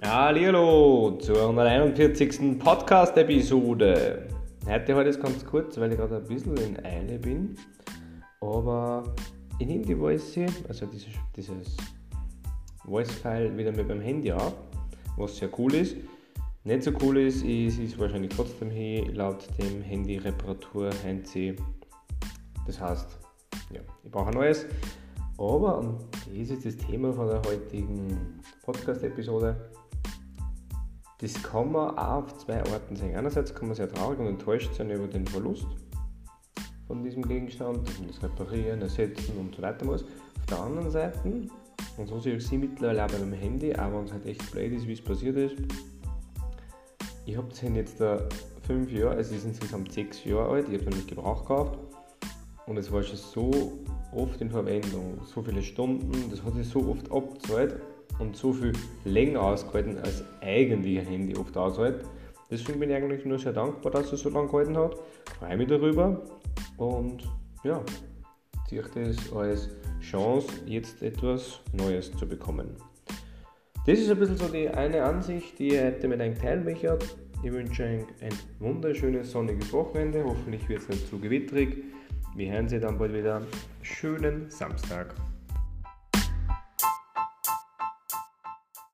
Hallihallo zur 141. Podcast-Episode. Heute ist ganz kurz, weil ich gerade ein bisschen in Eile bin. Aber ich nehme die Voice, also dieses Voice-File wieder mit meinem Handy auf, was sehr cool ist. Nicht so cool ist, es ist wahrscheinlich trotzdem hier laut dem Handy-Reparatur Heinzi. Das heißt, ja, ich brauche ein neues. Aber, und das ist das Thema von der heutigen Podcast-Episode, das kann man auch auf zwei Arten sehen. Einerseits kann man sehr traurig und enttäuscht sein über den Verlust von diesem Gegenstand, dass man das reparieren, ersetzen und so weiter muss. Auf der anderen Seite, und so sehe ich sie mittlerweile auch bei meinem Handy, auch wenn es halt echt blöd ist, wie es passiert ist. Ich habe das Handy jetzt 5 Jahre, es ist insgesamt 6 Jahre alt, ich habe es nämlich gebraucht gekauft. Und es war schon so oft in Verwendung, so viele Stunden, das hat sich so oft abgezahlt und so viel länger ausgehalten, als eigentlich ein Handy oft aushält. Deswegen bin ich eigentlich nur sehr dankbar, dass es so lange gehalten hat. Freue mich darüber und ja, ziehe ich das als Chance, jetzt etwas Neues zu bekommen. Das ist ein bisschen so die eine Ansicht, die ich heute mit euch teilen möchte. Ich wünsche euch ein wunderschönes sonniges Wochenende, hoffentlich wird es nicht zu gewitterig. Wir hören Sie dann bald wieder. Schönen Samstag.